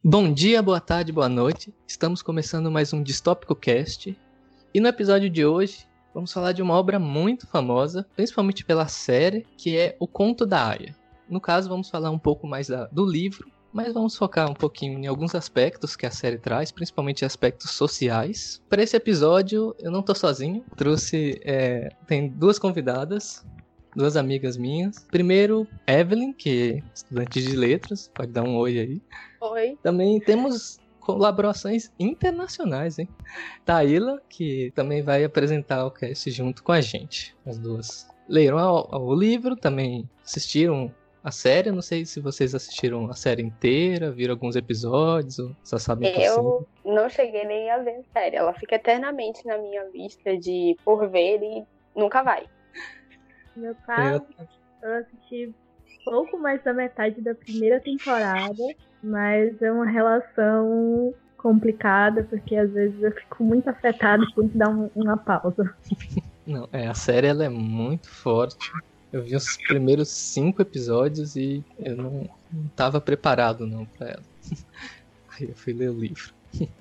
Bom dia, boa tarde, boa noite. Estamos começando mais um Distópico Cast. E no episódio de hoje, vamos falar de uma obra muito famosa, principalmente pela série, que é O Conto da Aia. No caso, vamos falar um pouco mais do livro, mas vamos focar um pouquinho em alguns aspectos que a série traz, principalmente aspectos sociais. Para esse episódio, eu não estou sozinho. Tem duas convidadas, duas amigas minhas. Primeiro, Evelyn, que é estudante de letras, pode dar um oi aí. Oi. Também temos colaborações internacionais, hein? Taíla, que também vai apresentar o cast junto com a gente. As duas leram o livro, também assistiram a série. Não sei se vocês assistiram a série inteira, viram alguns episódios, ou só sabem por cima. Eu não cheguei nem a ver a série. Ela fica eternamente na minha lista de por ver e nunca vai. Meu caso, eu assisti pouco mais da metade da primeira temporada, mas é uma relação complicada, porque às vezes eu fico muito afetada e tenho que dar uma pausa. Não, a série ela é muito forte. Eu vi os primeiros 5 episódios e eu não tava preparado não pra ela. Aí eu fui ler o livro.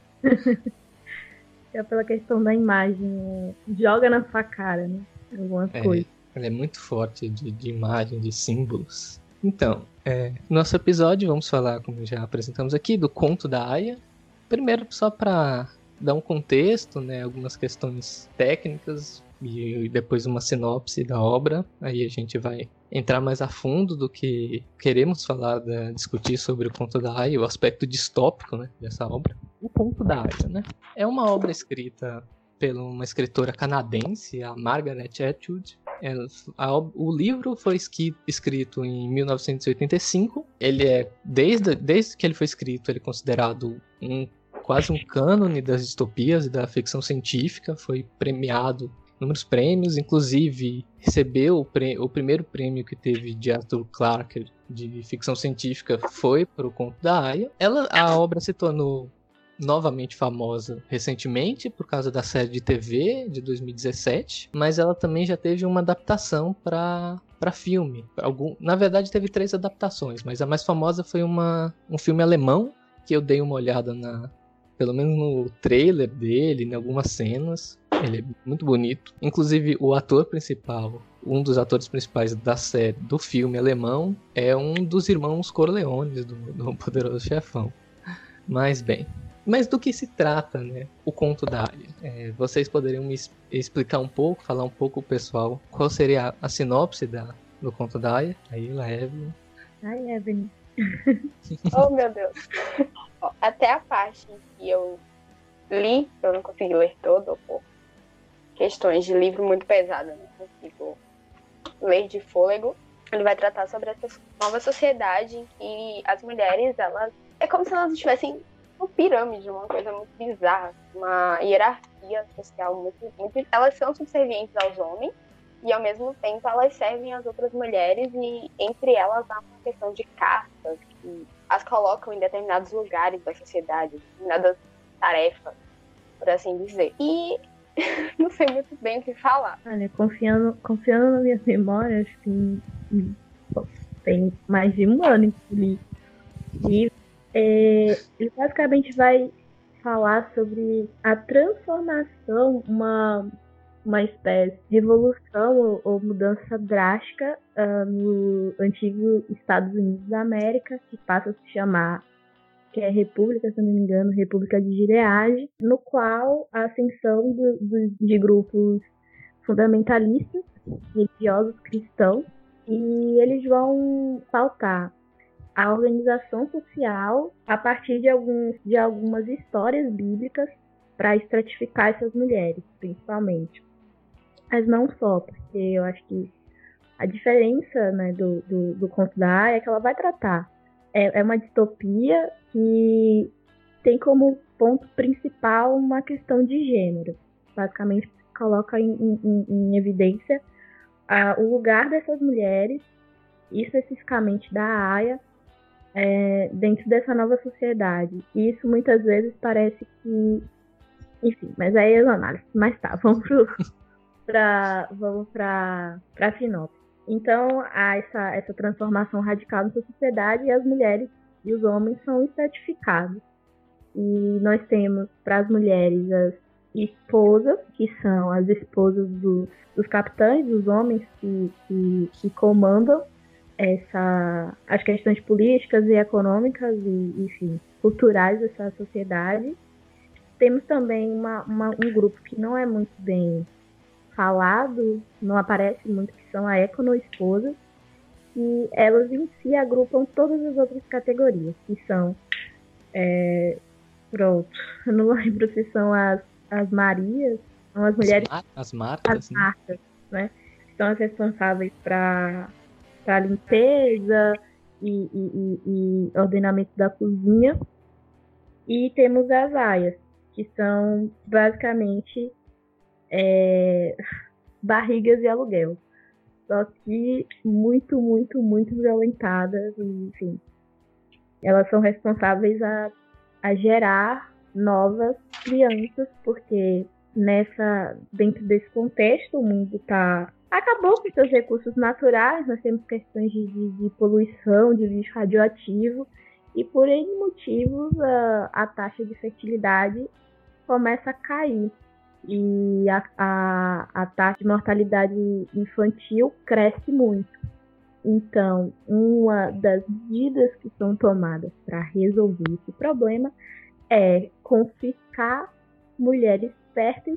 É pela questão da imagem, joga na sua cara, né? Algumas coisas. Ela é muito forte de imagem, de símbolos. Então, nosso episódio, vamos falar, como já apresentamos aqui, do Conto da Aia. Primeiro, só para dar um contexto, né, algumas questões técnicas e depois uma sinopse da obra. Aí a gente vai entrar mais a fundo do que queremos falar, discutir sobre o Conto da Aia, o aspecto distópico, né, dessa obra. O Conto da Aia, né, é uma obra escrita por uma escritora canadense, a Margaret Atwood. O livro foi escrito em 1985. Ele desde que ele foi escrito, ele é considerado quase um cânone das distopias e da ficção científica. Foi premiado em inúmeros prêmios, inclusive recebeu o primeiro prêmio que teve de Arthur Clarke de ficção científica foi para o Conto da Aia. A obra se tornou novamente famosa recentemente por causa da série de TV de 2017, mas ela também já teve uma adaptação para filme. Na verdade teve 3 adaptações, mas a mais famosa foi um filme alemão que eu dei uma olhada pelo menos no trailer dele, em algumas cenas. Ele é muito bonito. Inclusive o ator principal, um dos atores principais da série, do filme alemão, é um dos irmãos Corleones do Poderoso Chefão. Mas bem, mas do que se trata, né, o Conto da Aia? Vocês poderiam me explicar um pouco, falar um pouco, pessoal, qual seria a sinopse do Conto da Aia? Aí, Evelyn. Ai, Evelyn. Oh, meu Deus. Até a parte que eu li, eu não consegui ler todo, por questões de livro muito pesado, não consigo ler de fôlego. Ele vai tratar sobre essa nova sociedade em que as mulheres, elas é como se elas estivessem uma pirâmide, uma coisa muito bizarra, uma hierarquia social muito... Elas são subservientes aos homens e, ao mesmo tempo, elas servem às outras mulheres e, entre elas, há uma questão de castas que as colocam em determinados lugares da sociedade, determinadas tarefas, por assim dizer. E não sei muito bem o que falar. Olha, confiando na minha memória, acho que tem mais de um ano que li. Ele basicamente vai falar sobre a transformação, uma espécie de revolução ou mudança drástica no antigo Estados Unidos da América, que passa a se chamar, que é República, se não me engano, República de Gilead, no qual a ascensão de grupos fundamentalistas, religiosos cristãos, e eles vão pautar a organização social a partir de algumas histórias bíblicas para estratificar essas mulheres, principalmente. Mas não só, porque eu acho que a diferença, né, do Conto da Aia é que ela vai tratar. É uma distopia que tem como ponto principal uma questão de gênero. Basicamente, coloca em evidência o lugar dessas mulheres, especificamente da Aia, dentro dessa nova sociedade. E isso muitas vezes parece que... Enfim, mas aí é análise. Mas tá, vamos pra sinopse. Então, há essa transformação radical nessa sociedade e as mulheres e os homens são estratificados. E nós temos para as mulheres as esposas, que são as esposas dos capitães, dos homens que comandam as questões políticas e econômicas e, enfim, culturais dessa sociedade. Temos também um grupo que não é muito bem falado, não aparece muito, que são a econo-esposas, e elas em si agrupam todas as outras categorias, que são, pronto, eu não lembro se são as Marias, são as mulheres... As marcas, né? Que são as responsáveis para limpeza e ordenamento da cozinha. E temos as aias, que são basicamente barrigas de aluguel. Só que muito, muito, muito violentadas. E, enfim, elas são responsáveis a gerar novas crianças, porque dentro desse contexto o mundo acabou com seus recursos naturais. Nós temos questões de poluição, de lixo radioativo, e por N motivos a taxa de fertilidade começa a cair e a taxa de mortalidade infantil cresce muito. Então, uma das medidas que são tomadas para resolver esse problema é confiscar mulheres férteis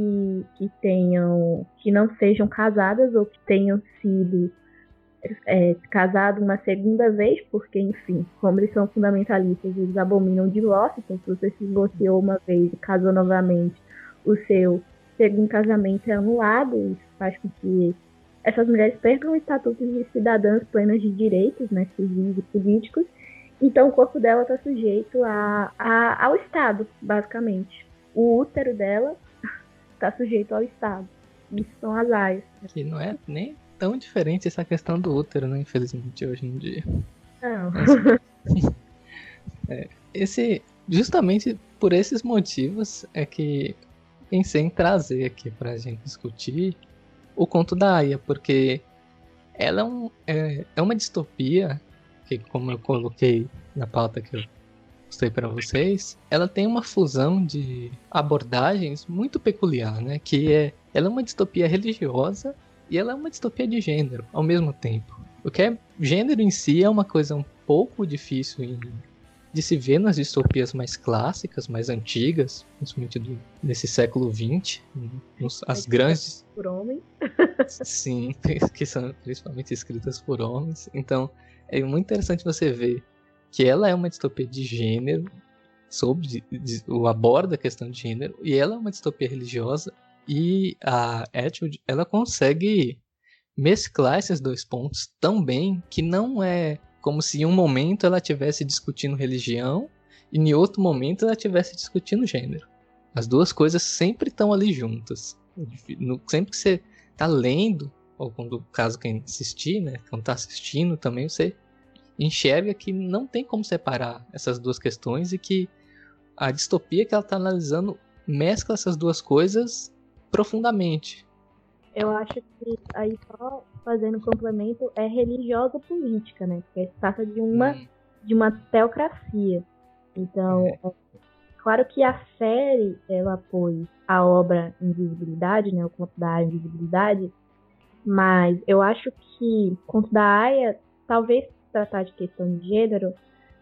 que não sejam casadas ou que tenham sido casadas uma segunda vez, porque, enfim, como eles são fundamentalistas, eles abominam o divórcio. Então, se você se divorciou uma vez e casou novamente, o seu segundo casamento é anulado. Isso faz com que essas mulheres percam o estatuto de cidadãs plenas de direitos, né, civis e políticos. Então, o corpo dela está sujeito ao Estado, basicamente. O útero dela está sujeito ao Estado. Isso são as aias. Que não é nem tão diferente essa questão do útero, né? Infelizmente, hoje em dia. Não. Justamente por esses motivos é que pensei em trazer aqui pra gente discutir o conto da Aya, porque ela é uma distopia que, como eu coloquei na pauta que eu mostrei para vocês, ela tem uma fusão de abordagens muito peculiar, né? Ela é uma distopia religiosa e ela é uma distopia de gênero ao mesmo tempo. Porque gênero em si é uma coisa um pouco difícil de se ver nas distopias mais clássicas, mais antigas, principalmente desse século XX, as grandes... Por homens. Sim, que são principalmente escritas por homens. Então, é muito interessante você ver que ela é uma distopia de gênero, aborda a questão de gênero, e ela é uma distopia religiosa, e a Etude, ela consegue mesclar esses dois pontos tão bem que não é como se em um momento ela estivesse discutindo religião e em outro momento ela estivesse discutindo gênero. As duas coisas sempre estão ali juntas. Sempre que você está lendo, ou quando caso quem assistir, né, quando está assistindo também, você enxerga que não tem como separar essas duas questões e que a distopia que ela está analisando mescla essas duas coisas profundamente. Eu acho que aí, só fazendo um complemento, é religiosa política, né? Porque se trata de uma teocracia. Então, claro que a série, ela pôs a obra Invisibilidade, né? O conto da Aya, Invisibilidade, mas eu acho que o conto da Aya, talvez tratar de questão de gênero,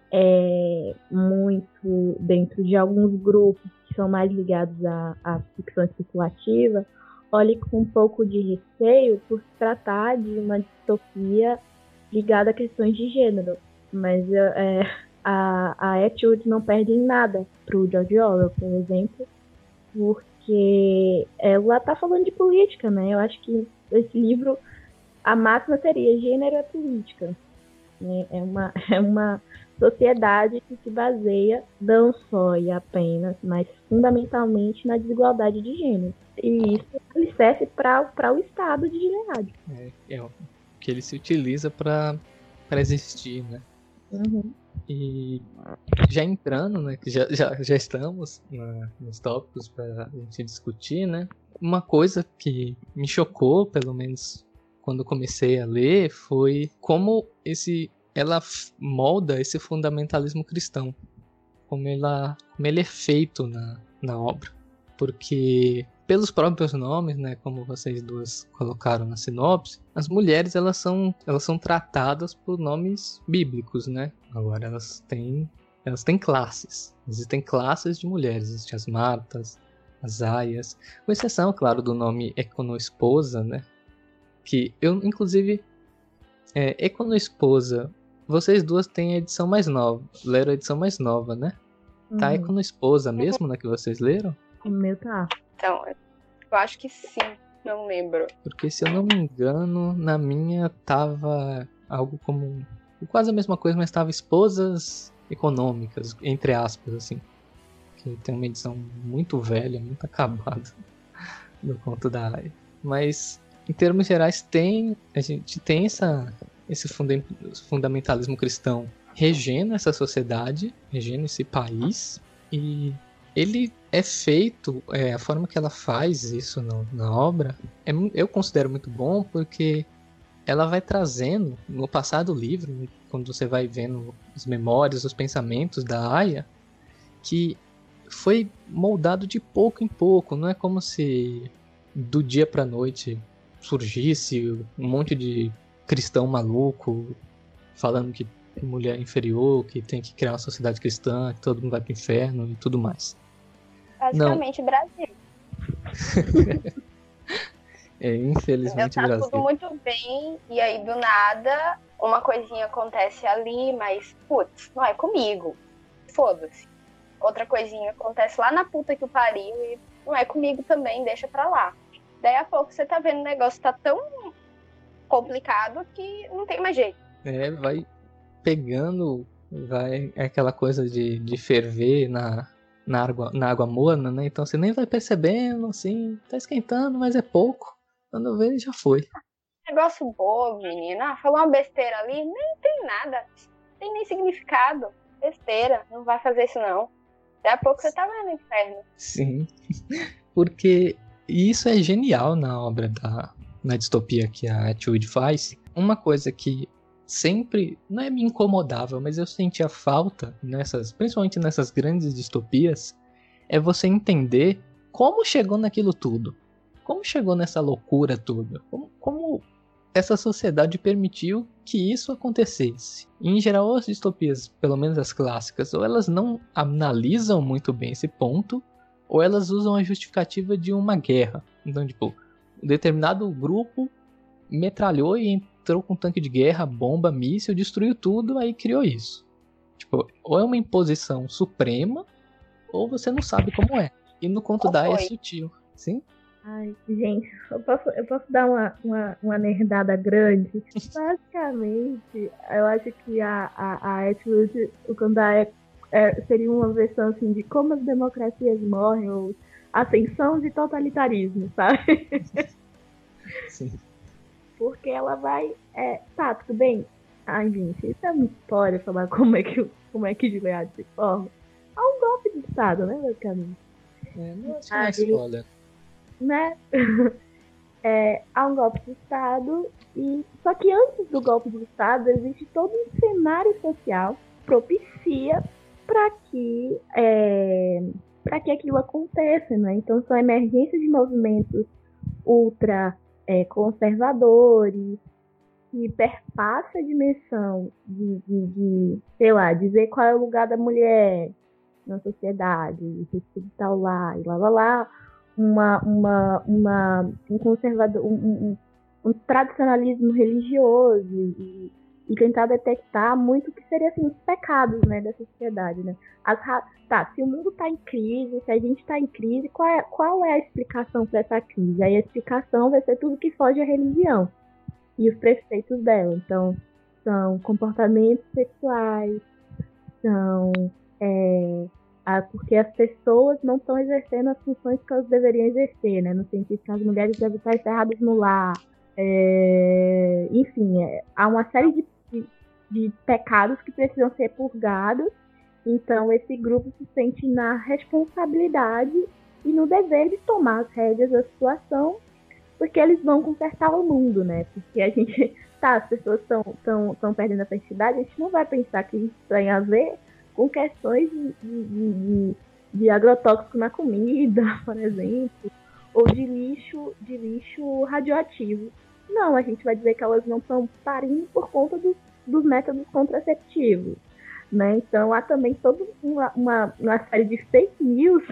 é muito dentro de alguns grupos que são mais ligados à ficção especulativa, olhe com um pouco de receio por se tratar de uma distopia ligada a questões de gênero. Mas a Etude não perde em nada pro George Orwell, por exemplo, porque ela tá falando de política, né? Eu acho que esse livro, a máxima seria gênero é política. Né? É uma sociedade que se baseia não só e apenas, mas fundamentalmente na desigualdade de gênero. E isso serve para o Estado de Gilead. É o que ele se utiliza para existir, né? Uhum. E já entrando, né? Já estamos nos tópicos para a gente discutir, né? Uma coisa que me chocou, pelo menos quando eu comecei a ler, foi como esse ela molda esse fundamentalismo cristão, como ele é feito na obra. Porque, pelos próprios nomes, né, como vocês duas colocaram na sinopse, as mulheres elas são tratadas por nomes bíblicos, né? Agora elas têm classes. Existem classes de mulheres. Existem as Martas, as Aias, com exceção, claro, do nome Econoesposa, né? Que eu, inclusive, Econoesposa, vocês duas têm a edição mais nova. Leram a edição mais nova, né? Tá Econoesposa mesmo, na que vocês leram? O meu tá. Então, eu acho que sim, não lembro. Porque, se eu não me engano, na minha tava algo como quase a mesma coisa, mas tava Esposas Econômicas, entre aspas, assim. Que tem uma edição muito velha, muito acabada do conto da Aya. Mas, em termos gerais, a gente tem esse fundamentalismo cristão regendo essa sociedade, regendo esse país, e ele é feito, a forma que ela faz isso na obra, eu considero muito bom, porque ela vai trazendo, no passar do livro, quando você vai vendo as memórias, os pensamentos da Aya, que foi moldado de pouco em pouco. Não é como se do dia pra noite surgisse um monte de cristão maluco falando que mulher é inferior, que tem que criar uma sociedade cristã, que todo mundo vai pro inferno e tudo mais. Basicamente, Brasil. Infelizmente, tá Brasil. Tudo muito bem, e aí do nada uma coisinha acontece ali, mas putz, não é comigo. Foda-se. Outra coisinha acontece lá na puta que o pariu e não é comigo também, deixa pra lá. Daí a pouco você tá vendo o negócio tá tão complicado que não tem mais jeito. Vai pegando, é aquela coisa de ferver na água morna, né? Então você nem vai percebendo, assim, tá esquentando, mas é pouco. Quando vê, já foi. Negócio bobo, menina. Falou uma besteira ali, nem tem nada. Não tem nem significado. Besteira, não vai fazer isso não. Daqui a pouco você tá vendo o inferno. Sim, porque isso é genial na obra na distopia que a Atwood faz. Uma coisa que sempre, não é me incomodava, mas eu sentia falta, principalmente nessas grandes distopias, é você entender como chegou naquilo tudo. Como chegou nessa loucura toda? Como essa sociedade permitiu que isso acontecesse? E, em geral, as distopias, pelo menos as clássicas, ou elas não analisam muito bem esse ponto, ou elas usam a justificativa de uma guerra. Então, tipo, um determinado grupo metralhou e entrou com um tanque de guerra, bomba, míssil, destruiu tudo, aí criou isso. Tipo, ou é uma imposição suprema, ou você não sabe como é. E no conto da Aya é sutil, sim? Ai, gente, eu posso dar uma nerdada grande? Basicamente, eu acho que a Atwood, o conto da Aya seria uma versão assim de como as democracias morrem, ou ascensão de totalitarismo, sabe? Sim. Porque ela vai... tá, tudo bem? Ai, gente, isso é uma história, falar como é que Gilead se forma. Há um golpe de Estado, né, basicamente? Não acho que não é spoiler. Né? Há um golpe de Estado, só que antes do golpe de Estado existe todo um cenário social propicia para que aquilo aconteça, né? Então são emergências de movimentos ultra conservadores, que perpassa a dimensão de, sei lá, dizer qual é o lugar da mulher na sociedade, respeitar o lá e lá, um conservador, um tradicionalismo religioso e tentar detectar muito o que seria assim, os pecados, né, da sociedade, né? Se o mundo está em crise, se a gente está em crise, qual é a explicação para essa crise? Aí a explicação vai ser tudo que foge à religião e os preceitos dela. Então, são comportamentos sexuais, são porque as pessoas não estão exercendo as funções que elas deveriam exercer, né? No sentido que as mulheres devem estar encerradas no lar. Enfim, há uma série de pecados que precisam ser purgados. Então, esse grupo se sente na responsabilidade e no dever de tomar as rédeas da situação, porque eles vão consertar o mundo, né? Porque a gente tá, as pessoas estão perdendo a fertilidade, a gente não vai pensar que isso tem a ver com questões de agrotóxico na comida, por exemplo, ou de lixo radioativo. Não, a gente vai dizer que elas não estão parindo por conta dos métodos contraceptivos. Né? Então há também toda uma série de fake news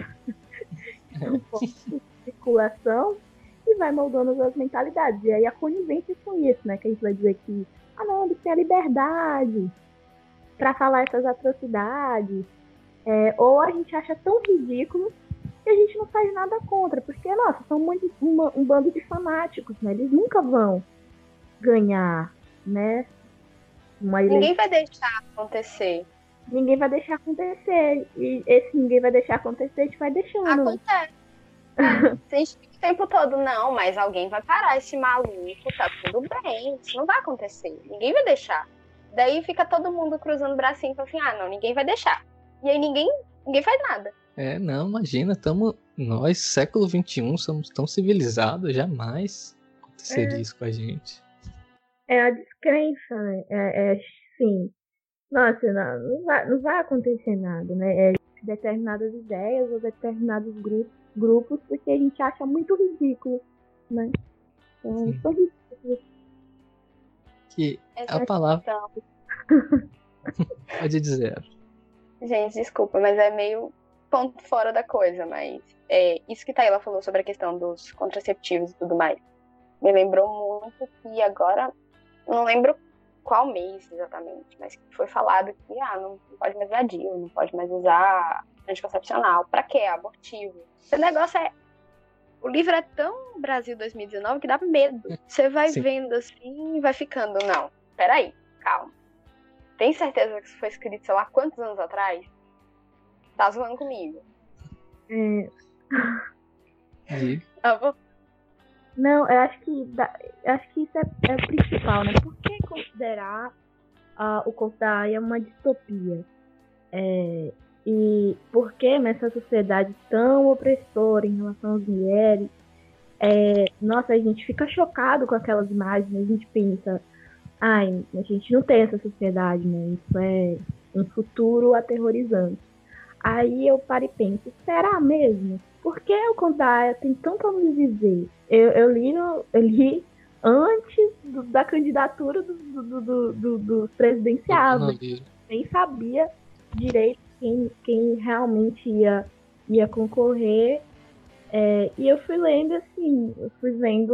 de circulação que vai moldando as mentalidades. E aí a conivência com isso, né? Que a gente vai dizer que não, eles têm a liberdade para falar essas atrocidades. Ou a gente acha tão ridículo que a gente não faz nada contra, porque, nossa, são um bando de fanáticos, né? Eles nunca vão ganhar, né? Ninguém vai deixar acontecer. Ninguém vai deixar acontecer. E esse ninguém vai deixar acontecer, a gente vai deixando. Acontece. A gente fica o tempo todo, não, mas alguém vai parar esse maluco, tá tudo bem. Isso não vai acontecer. Ninguém vai deixar. Daí fica todo mundo cruzando o bracinho e fala assim, não, ninguém vai deixar. E aí ninguém faz nada. Não, imagina, nós, século XXI, somos tão civilizados, jamais aconteceria isso com a gente. É a descrença, né? Sim. Nossa, não vai acontecer nada, né? Determinadas ideias ou determinados grupos, porque a gente acha muito ridículo, né? Então, são ridículos. Que a palavra... Pode dizer. Gente, desculpa, mas é meio ponto fora da coisa, mas isso que Taíla falou sobre a questão dos contraceptivos e tudo mais, me lembrou muito que agora, não lembro qual mês exatamente, mas que foi falado que não pode mais usar DIU, não pode mais usar anticoncepcional. Pra quê? Abortivo. Esse negócio o livro é tão Brasil 2019 que dá medo. Você vai Sim. vendo assim e vai ficando, não, peraí, calma. Tem certeza que isso foi escrito, sei lá, quantos anos atrás? Tá zoando comigo. Não, eu acho que isso é o principal, né? Por que considerar o Conto da Aia uma distopia? E por que nessa sociedade tão opressora em relação às mulheres, nossa, a gente fica chocado com aquelas imagens, a gente pensa, a gente não tem essa sociedade, né? Isso é um futuro aterrorizante. Aí eu paro e penso, será mesmo? Por que o Conto da Aia tem tanto a nos dizer? Eu li antes da candidatura dos presidenciáveis. Nem sabia direito quem realmente ia concorrer. E eu fui lendo assim, eu fui vendo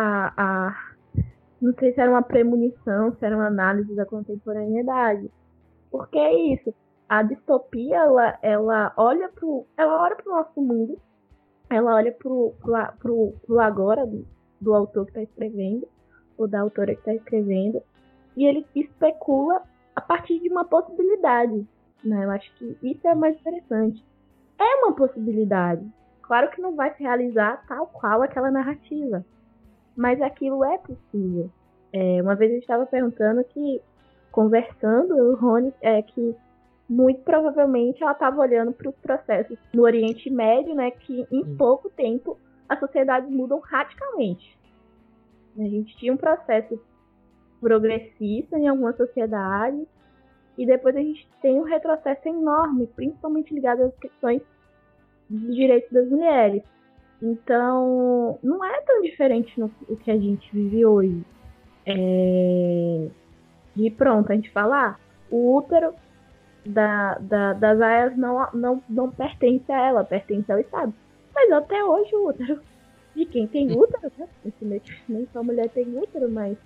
não sei se era uma premonição, se era uma análise da contemporaneidade. Porque é isso. A distopia, ela olha pro nosso mundo, ela olha pro agora do autor que está escrevendo, ou da autora que está escrevendo, e ele especula a partir de uma possibilidade, né? Eu acho que isso é mais interessante. É uma possibilidade. Claro que não vai se realizar tal qual aquela narrativa, mas aquilo é possível. Uma vez a gente estava perguntando conversando, o Rony, que muito provavelmente ela estava olhando para os processos no Oriente Médio, né, que em pouco tempo as sociedades mudam radicalmente. A gente tinha um processo progressista em algumas sociedades e depois a gente tem um retrocesso enorme, principalmente ligado às questões dos direitos das mulheres. Então, não é tão diferente no que a gente vive hoje. E pronto, a gente fala, o útero das aias não pertence a ela, pertence ao Estado. Mas até hoje o útero de quem tem útero, né? Nem só mulher tem útero, mas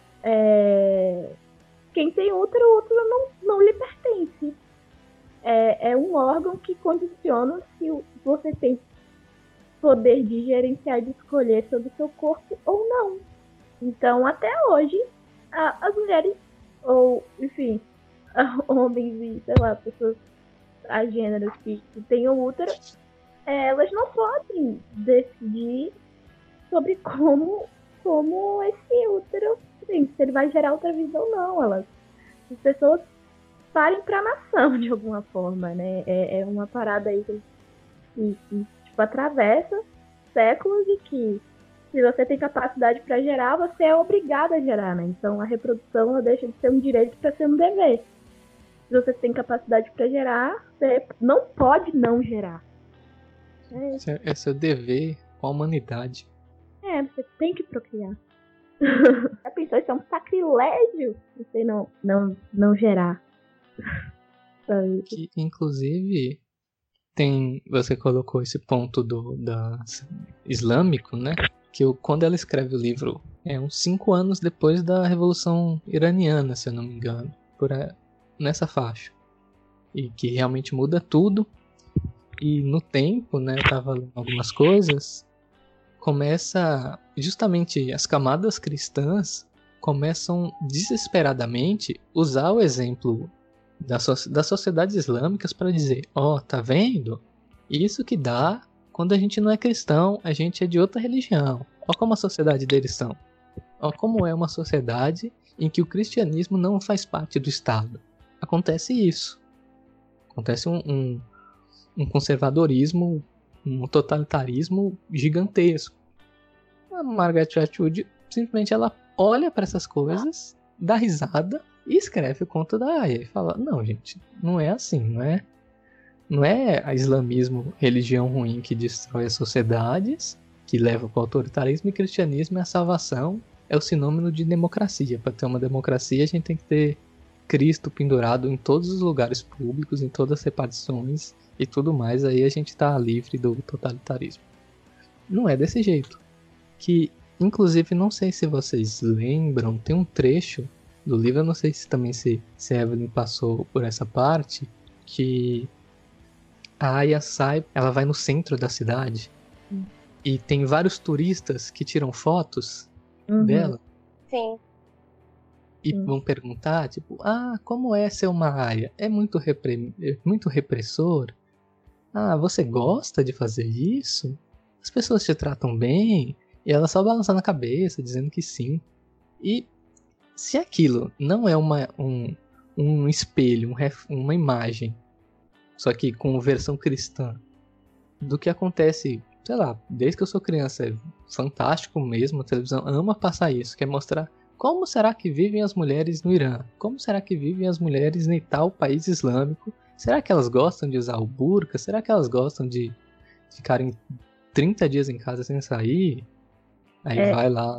quem tem útero, o útero não lhe pertence. É um órgão que condiciona se você tem poder de gerenciar, de escolher sobre o seu corpo ou não. Então, até hoje, as mulheres, ou, enfim, homens e, sei lá, pessoas transgêneros que têm o útero, elas não podem decidir sobre como esse útero, se ele vai gerar outra vida ou não. As pessoas parem para a nação, de alguma forma, né? É uma parada aí que tipo, atravessa séculos e que Se você tem capacidade para gerar, você é obrigado a gerar, né? Então a reprodução ela deixa de ser um direito para ser um dever. Se você tem capacidade para gerar, você não pode não gerar. É seu dever com a humanidade. Você tem que procriar. Já pensou, isso é um sacrilégio você não gerar. Que, inclusive, você colocou esse ponto da islâmico, né? Que quando ela escreve o livro, uns 5 anos depois da Revolução Iraniana, se eu não me engano, nessa faixa. E que realmente muda tudo. E no tempo, né, eu tava lendo algumas coisas, começa, justamente as camadas cristãs começam desesperadamente usar o exemplo das sociedades islâmicas para dizer, tá vendo? Isso que dá quando a gente não é cristão, a gente é de outra religião. Ó como a sociedade deles são. Ó como é uma sociedade em que o cristianismo não faz parte do Estado. Acontece isso. Acontece um conservadorismo, um totalitarismo gigantesco. A Margaret Atwood simplesmente ela olha para essas coisas, dá risada e escreve o conto da Aya e fala, não gente, não é assim, não é a islamismo religião ruim que destrói as sociedades, que leva para o autoritarismo, e cristianismo é a salvação, é o sinônimo de democracia. Para ter uma democracia a gente tem que ter Cristo pendurado em todos os lugares públicos, em todas as repartições e tudo mais, aí a gente está livre do totalitarismo. Não é desse jeito. Que, inclusive, não sei se vocês lembram, tem um trecho do livro, eu não sei se também se Evelyn passou por essa parte, que a Aya sai, ela vai no centro da cidade e tem vários turistas que tiram fotos dela. Sim. E vão perguntar, tipo, como é ser uma Aya? É muito repressor? Você gosta de fazer isso? As pessoas te tratam bem? E ela só balançando a cabeça, dizendo que sim. E se aquilo não é um espelho, uma imagem, só que com versão cristã, do que acontece, sei lá, desde que eu sou criança, é fantástico mesmo, a televisão ama passar isso, quer mostrar como será que vivem as mulheres no Irã, como será que vivem as mulheres em tal país islâmico, será que elas gostam de usar o burca, será que elas gostam de ficarem 30 dias em casa sem sair? Aí vai lá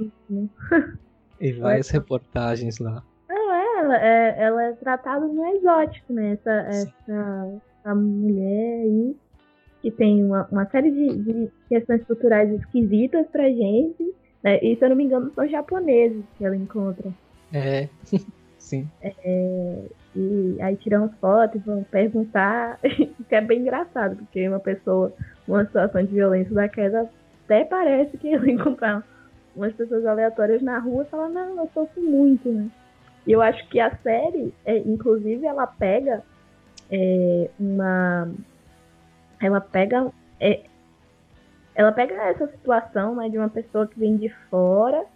e vai as reportagens lá. Ela é tratada no exótico, né? Essa mulher aí que tem uma série de questões culturais esquisitas pra gente, né? E se eu não me engano são japoneses que ela encontra. Sim. E aí tiram fotos e vão perguntar, que é bem engraçado, porque uma pessoa numa situação de violência daquela até parece que ele encontrar umas pessoas aleatórias na rua e fala, não, eu sofro muito, né? E eu acho que a série, inclusive, ela pega ela pega essa situação, né, de uma pessoa que vem de fora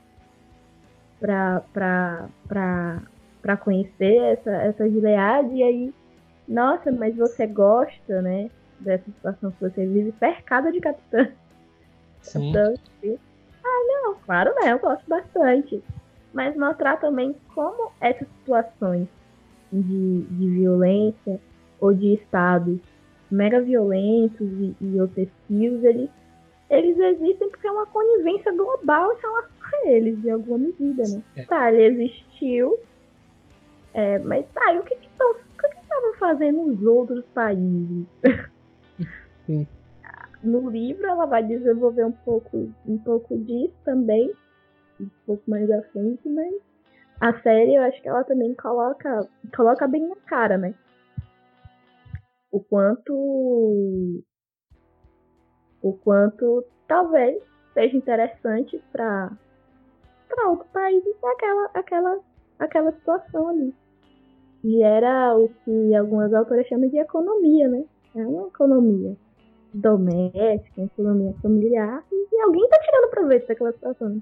pra conhecer essa Gilead, e aí, nossa, mas você gosta, né, dessa situação que você vive cercada de capitães. Sim. Não, claro, né, eu gosto bastante. Mas mostrar também como essas situações de violência ou de estados mega violentos e opressivos, eles existem porque é uma conivência global em relação a eles, de alguma medida, né? Tá, ele existiu, mas tá, e o que estavam fazendo os outros países? Sim. No livro ela vai desenvolver um pouco disso também, um pouco mais à frente, mas a série eu acho que ela também coloca bem na cara, né? O quanto talvez seja interessante para outro país aquela situação ali. E era o que algumas autoras chamam de economia, né? É uma economia doméstica, uma economia familiar, e alguém tá tirando proveito daquela situação.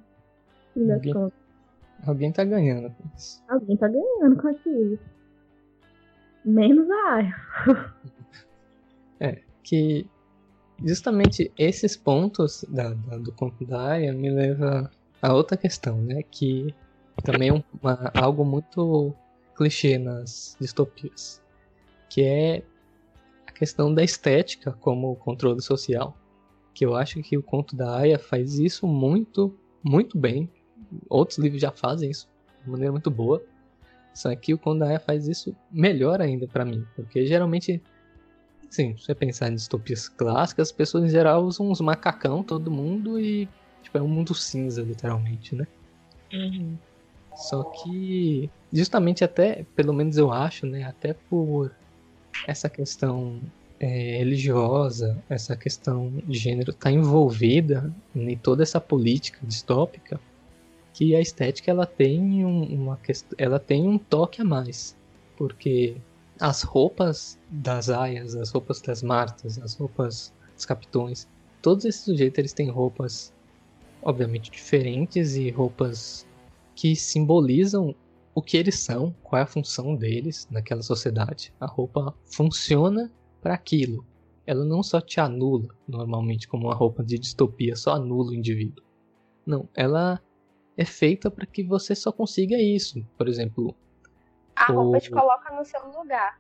Alguém tá ganhando com isso. Alguém tá ganhando com aquilo. Menos a Aya. Que justamente esses pontos do conto da Aya me leva a outra questão, né? Que também é algo muito clichê nas distopias, que é a questão da estética como controle social. Que eu acho que o conto da Aya faz isso muito, muito bem. Outros livros já fazem isso de maneira muito boa. Só que o conto da Aya faz isso melhor ainda pra mim. Porque geralmente, assim, se você pensar em distopias clássicas, as pessoas em geral usam uns macacão, todo mundo, e tipo, é um mundo cinza, literalmente, né? Uhum. Só que, justamente até, pelo menos eu acho, né? Até por essa questão religiosa, essa questão de gênero tá envolvida em toda essa política distópica, que a estética ela tem ela tem um toque a mais, porque as roupas das aias, as roupas das martas, as roupas dos capitões, todos esses sujeitos eles têm roupas obviamente diferentes e roupas que simbolizam o que eles são, qual é a função deles naquela sociedade. A roupa funciona para aquilo. Ela não só te anula, normalmente, como uma roupa de distopia, só anula o indivíduo. Não, ela é feita para que você só consiga isso. Por exemplo, A roupa te coloca no seu lugar.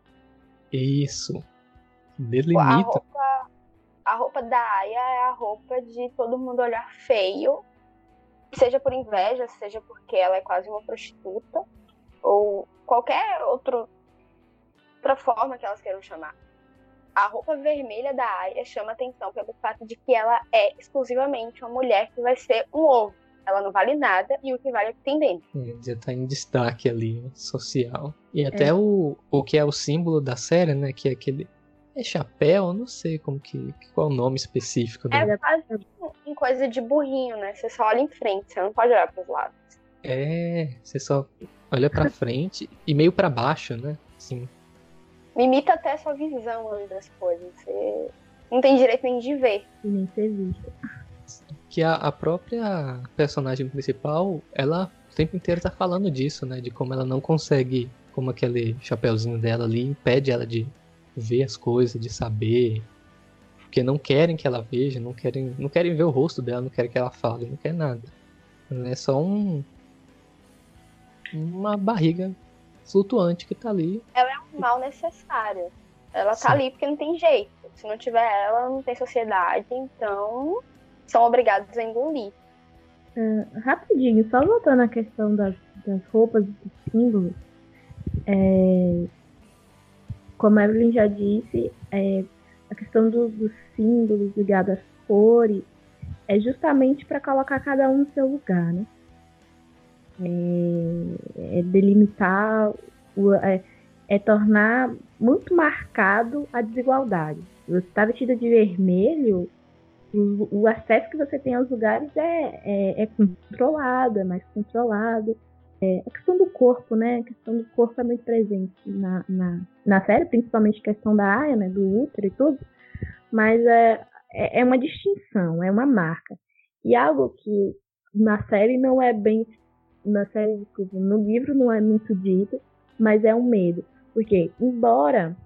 Isso. A Delimita. roupa da Aya é a roupa de todo mundo olhar feio, seja por inveja, seja porque ela é quase uma prostituta, ou qualquer outra forma que elas queiram chamar. A roupa vermelha da Aya chama atenção pelo fato de que ela é exclusivamente uma mulher que vai ser um ovo. Ela não vale nada e o que vale é o que tem dentro. Já tá em destaque ali, social. E até o que é o símbolo da série, né? Que é aquele... É chapéu? Não sei qual é o nome específico dele. É quase uma coisa de burrinho, né? Você só olha em frente, você não pode olhar pros lados. Você só olha pra frente e meio pra baixo, né? Assim. Limita até a sua visão ali das coisas. Você não tem direito nem de ver. Nem ser visto. Que a própria personagem principal, ela o tempo inteiro tá falando disso, né? De como ela não consegue, como aquele chapeuzinho dela ali impede ela de ver as coisas, de saber. Porque não querem que ela veja, não querem ver o rosto dela, não querem que ela fale, não quer nada. Ela é só uma barriga flutuante que tá ali. Ela é um mal necessário. Ela tá ali porque não tem jeito. Se não tiver ela, não tem sociedade, então são obrigados a engolir. Rapidinho, só voltando à questão das roupas e dos símbolos. Como a Evelyn já disse, a questão dos símbolos ligados às cores é justamente para colocar cada um no seu lugar, né? É delimitar, tornar muito marcado a desigualdade. Você está vestida de vermelho, o acesso que você tem aos lugares é controlado, é mais controlado. A questão do corpo, né? A questão do corpo é muito presente na série, principalmente a questão da Aya, né? Do útero e tudo. Mas é uma distinção, é uma marca. E algo que na série não é bem... desculpa, no livro não é muito dito, mas é um medo. Porque, embora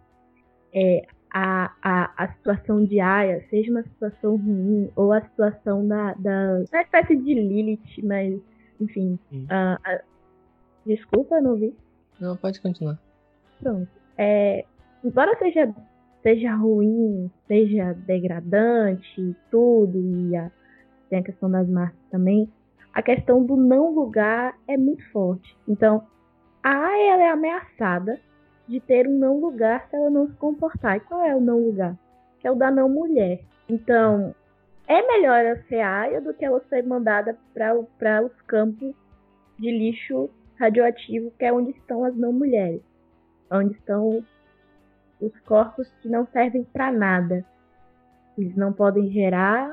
a situação de Aya seja uma situação ruim, ou a situação uma espécie de Lilith, mas, enfim... Desculpa, não vi. Não, pode continuar. Pronto. Embora seja ruim, seja degradante e tudo, e tem a questão das marcas também, a questão do não lugar é muito forte. Então, a Aya ela é ameaçada de ter um não lugar se ela não se comportar. E qual é o não lugar? Que é o da não mulher. Então, é melhor ela ser Aya do que ela ser mandada para os campos de lixo radioativo, que é onde estão as não mulheres, onde estão os corpos que não servem para nada. Eles não podem gerar,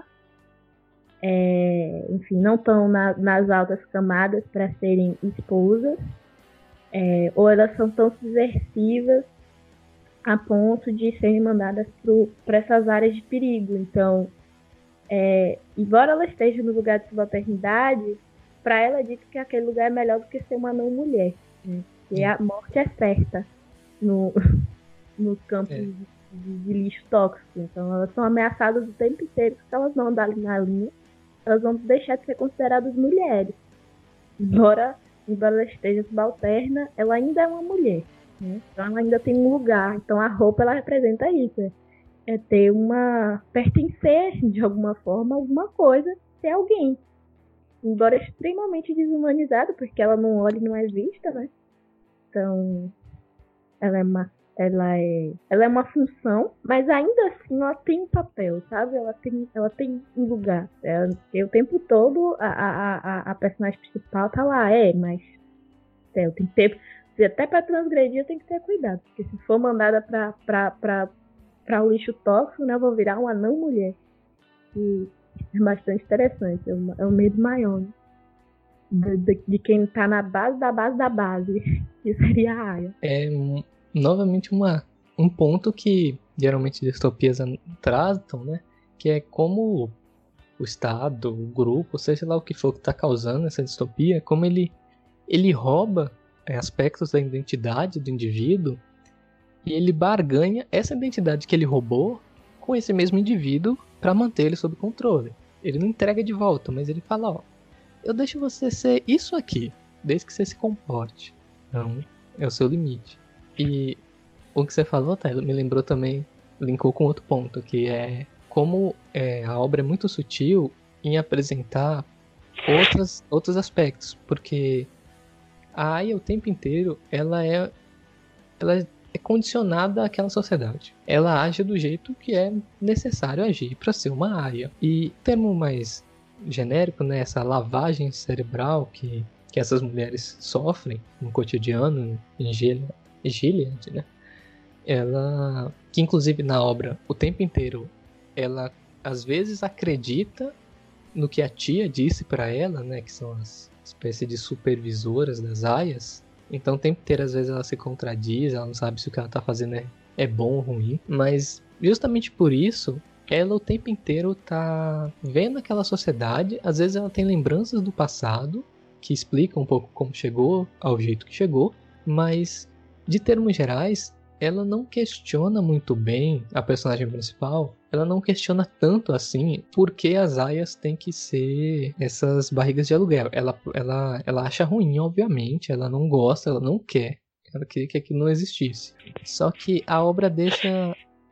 enfim, não estão nas altas camadas para serem esposas, ou elas são tão subversivas a ponto de serem mandadas para essas áreas de perigo. Então, embora ela esteja no lugar de subalternidade, para ela é dito que aquele lugar é melhor do que ser uma não mulher, né? E a morte é certa nos campos de lixo tóxico. Então elas são ameaçadas o tempo inteiro. Se elas não andarem na linha, elas vão deixar de ser consideradas mulheres. Embora ela esteja subalterna, ela ainda é uma mulher, né? Então ela ainda tem um lugar. Então a roupa, ela representa isso. É ter pertencer de alguma forma a alguma coisa, ser alguém. Embora extremamente desumanizada, porque ela não olha e não é vista, né? Então ela é uma função, mas ainda assim ela tem um papel, sabe? Ela tem um lugar. Porque o tempo todo a personagem principal tá lá, mas eu tenho que ter, até pra transgredir eu tenho que ter cuidado, porque se for mandada pra o lixo tóxico, né, eu vou virar uma não mulher. E é bastante interessante, é um medo maior, né? De quem tá na base da base da base, que seria a Aya. É novamente um ponto que geralmente distopias tratam, né? Que é como o Estado, o grupo, seja lá o que for que está causando essa distopia, como ele rouba aspectos da identidade do indivíduo e ele barganha essa identidade que ele roubou com esse mesmo indivíduo para manter ele sob controle. Ele não entrega de volta, mas ele fala, ó, eu deixo você ser isso aqui, desde que você se comporte. Então, é o seu limite. E o que você falou, Taylor, me lembrou também, linkou com outro ponto, que é como a obra é muito sutil em apresentar outros aspectos, porque a Aya o tempo inteiro ela é condicionada àquela sociedade. Ela age do jeito que é necessário agir para ser uma Aya. E termo mais genérico, né, essa lavagem cerebral que essas mulheres sofrem no cotidiano em Gilead, né? Ela, que inclusive na obra o tempo inteiro ela às vezes acredita no que a tia disse para ela, né, que são as espécies de supervisoras das aias. Então o tempo inteiro às vezes ela se contradiz, ela não sabe se o que ela tá fazendo é bom ou ruim, mas justamente por isso ela o tempo inteiro tá vendo aquela sociedade, às vezes ela tem lembranças do passado que explicam um pouco como chegou ao jeito que chegou, mas de termos gerais ela não questiona muito bem a personagem principal, ela não questiona tanto assim por que as aias têm que ser essas barrigas de aluguel. Ela acha ruim, obviamente, ela não gosta, ela não quer. Ela queria que aquilo não existisse. Só que a obra deixa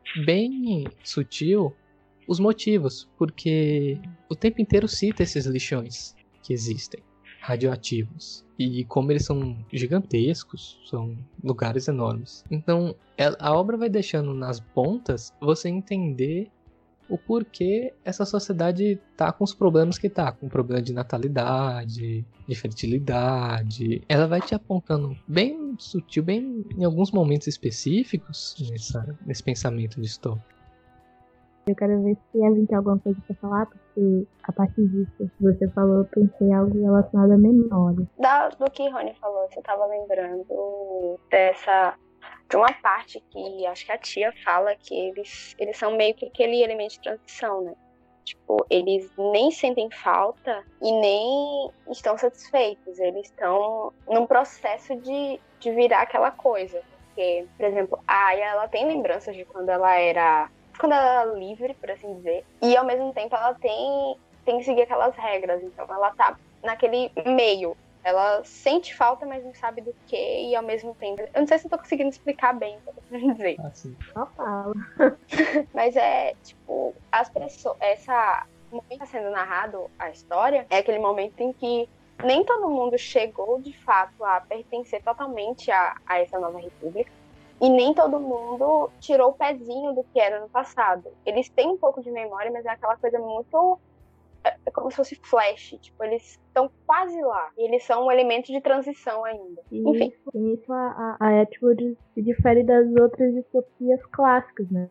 bem sutil os motivos, porque o tempo inteiro cita esses lixões que existem, radioativos, e como eles são gigantescos, são lugares enormes. Então a obra vai deixando nas pontas você entender o porquê essa sociedade tá com os problemas que tá, com problema de natalidade, de fertilidade. Ela vai te apontando bem sutil, bem em alguns momentos específicos nesse pensamento distópico. Eu quero ver se a gente tem alguma coisa pra falar, porque a partir disso que você falou, eu pensei em algo relacionado a memória. Do que Rony falou, você tava lembrando de uma parte que acho que a tia fala que eles são meio que aquele elemento de transição, né? Tipo, eles nem sentem falta e nem estão satisfeitos. Eles estão num processo de virar aquela coisa. Porque, por exemplo, a Aya, ela tem lembranças de quando ela era livre, por assim dizer, e ao mesmo tempo ela tem que seguir aquelas regras, então ela tá naquele meio, ela sente falta, mas não sabe do que, e ao mesmo tempo, eu não sei se eu tô conseguindo explicar bem o que eu tô querendo dizer. Só fala. Mas tipo, as pessoas, o momento que tá sendo narrado a história, é aquele momento em que nem todo mundo chegou de fato a pertencer totalmente a essa nova república, e nem todo mundo tirou o pezinho do que era no passado. Eles têm um pouco de memória, mas é aquela coisa muito... É como se fosse flash. Tipo, eles estão quase lá. E eles são um elemento de transição ainda. Enfim. Isso a Atwood se difere das outras distopias clássicas, né?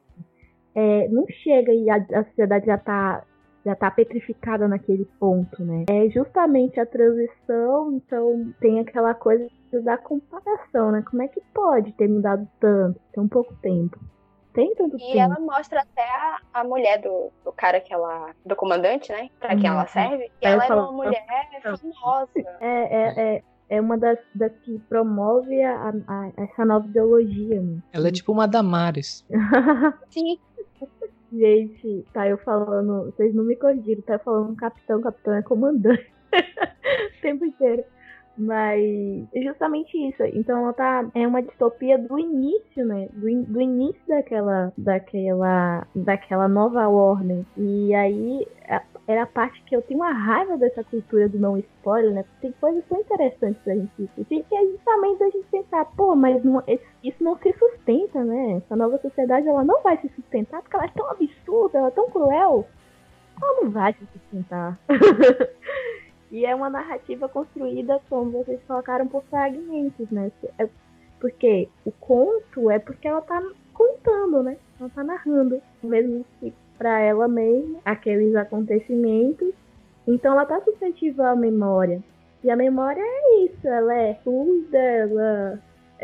Não chega e a sociedade já tá petrificada naquele ponto, né? É justamente a transição, então tem aquela coisa da comparação, né? Como é que pode ter mudado tanto, tão pouco tempo? Tem tanto tempo. E ela mostra até a mulher do cara que ela... do comandante, né? Pra quem ela serve. E ela era uma mulher famosa. é uma das que promove essa nova ideologia, né? Ela é tipo uma Damares. Sim. Gente, tá eu falando, vocês não me corrigiram, tá eu falando capitão é comandante o tempo inteiro. Mas é justamente isso. Então ela é uma distopia do início, né? Do início daquela nova ordem. E aí era a parte que eu tenho uma raiva dessa cultura do não spoiler, né? Porque tem coisas tão interessantes pra gente discutir que é justamente a gente pensar, pô, mas isso não se sustenta, né? Essa nova sociedade ela não vai se sustentar porque ela é tão absurda, ela é tão cruel. Ela não vai se sustentar. E é uma narrativa construída, como vocês colocaram, por fragmentos, né? Porque o conto é porque ela tá contando, né? Ela tá narrando, mesmo que pra ela mesma, aqueles acontecimentos. Então ela tá suscetível à memória. E a memória é isso, ela é fluida,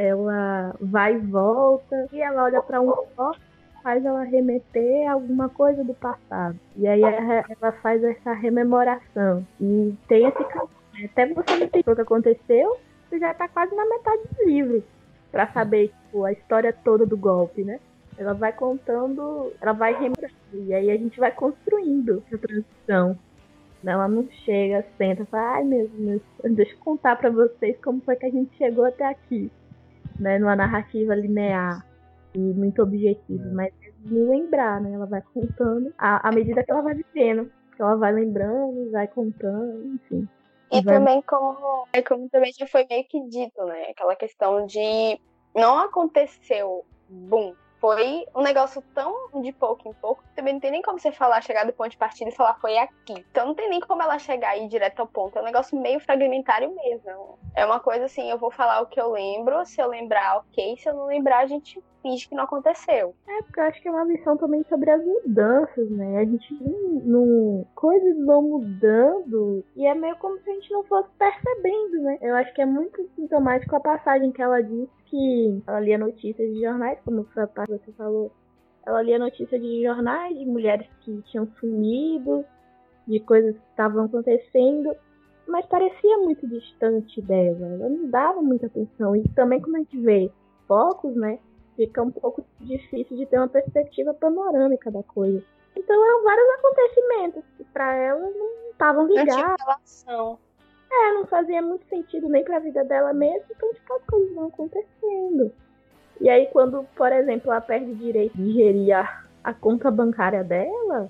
ela vai e volta, e ela olha pra um corpo, faz ela remeter a alguma coisa do passado. E aí ela faz essa rememoração. E tem esse caminho. Até você não entender o que aconteceu, você já tá quase na metade do livro. Pra saber, tipo, a história toda do golpe, né? Ela vai contando, ela vai rememorando. E aí a gente vai construindo essa transição. Ela não chega, senta e fala, ai meu Deus, deixa eu contar pra vocês como foi que a gente chegou até aqui. Né? Numa narrativa linear. E muito objetivo, mas é de lembrar, né? Ela vai contando à medida que ela vai vivendo. Que ela vai lembrando, vai contando, enfim. E também como também já foi meio que dito, né? Aquela questão de não aconteceu, boom. Foi um negócio tão de pouco em pouco que também não tem nem como você falar, chegar do ponto de partida e falar foi aqui. Então não tem nem como ela chegar aí direto ao ponto. É um negócio meio fragmentário mesmo. É uma coisa assim, eu vou falar o que eu lembro, se eu lembrar, ok. Se eu não lembrar, a gente finge que não aconteceu. Porque eu acho que é uma lição também sobre as mudanças, né? A gente não coisas vão mudando e é meio como se a gente não fosse percebendo, né? Eu acho que é muito sintomático a passagem que ela disse que ela lia notícias de jornais, como foi a parte que você falou. Ela lia notícias de jornais de mulheres que tinham sumido, de coisas que estavam acontecendo, mas parecia muito distante dela. Ela não dava muita atenção. E também, como a gente vê focos, né? Fica um pouco difícil de ter uma perspectiva panorâmica da coisa. Então eram vários acontecimentos que para ela não estavam ligados. Não tinha relação. Não fazia muito sentido nem para a vida dela mesma, então tipo, as coisas vão acontecendo. E aí quando, por exemplo, ela perde o direito de gerir a conta bancária dela,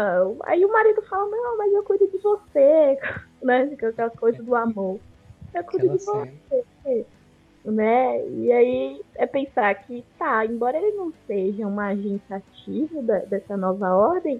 aí o marido fala, não, mas eu cuido de você, né? Aquela coisa do amor. Eu cuido de você. Né? E aí é pensar que, embora ele não seja uma agência ativa dessa nova ordem,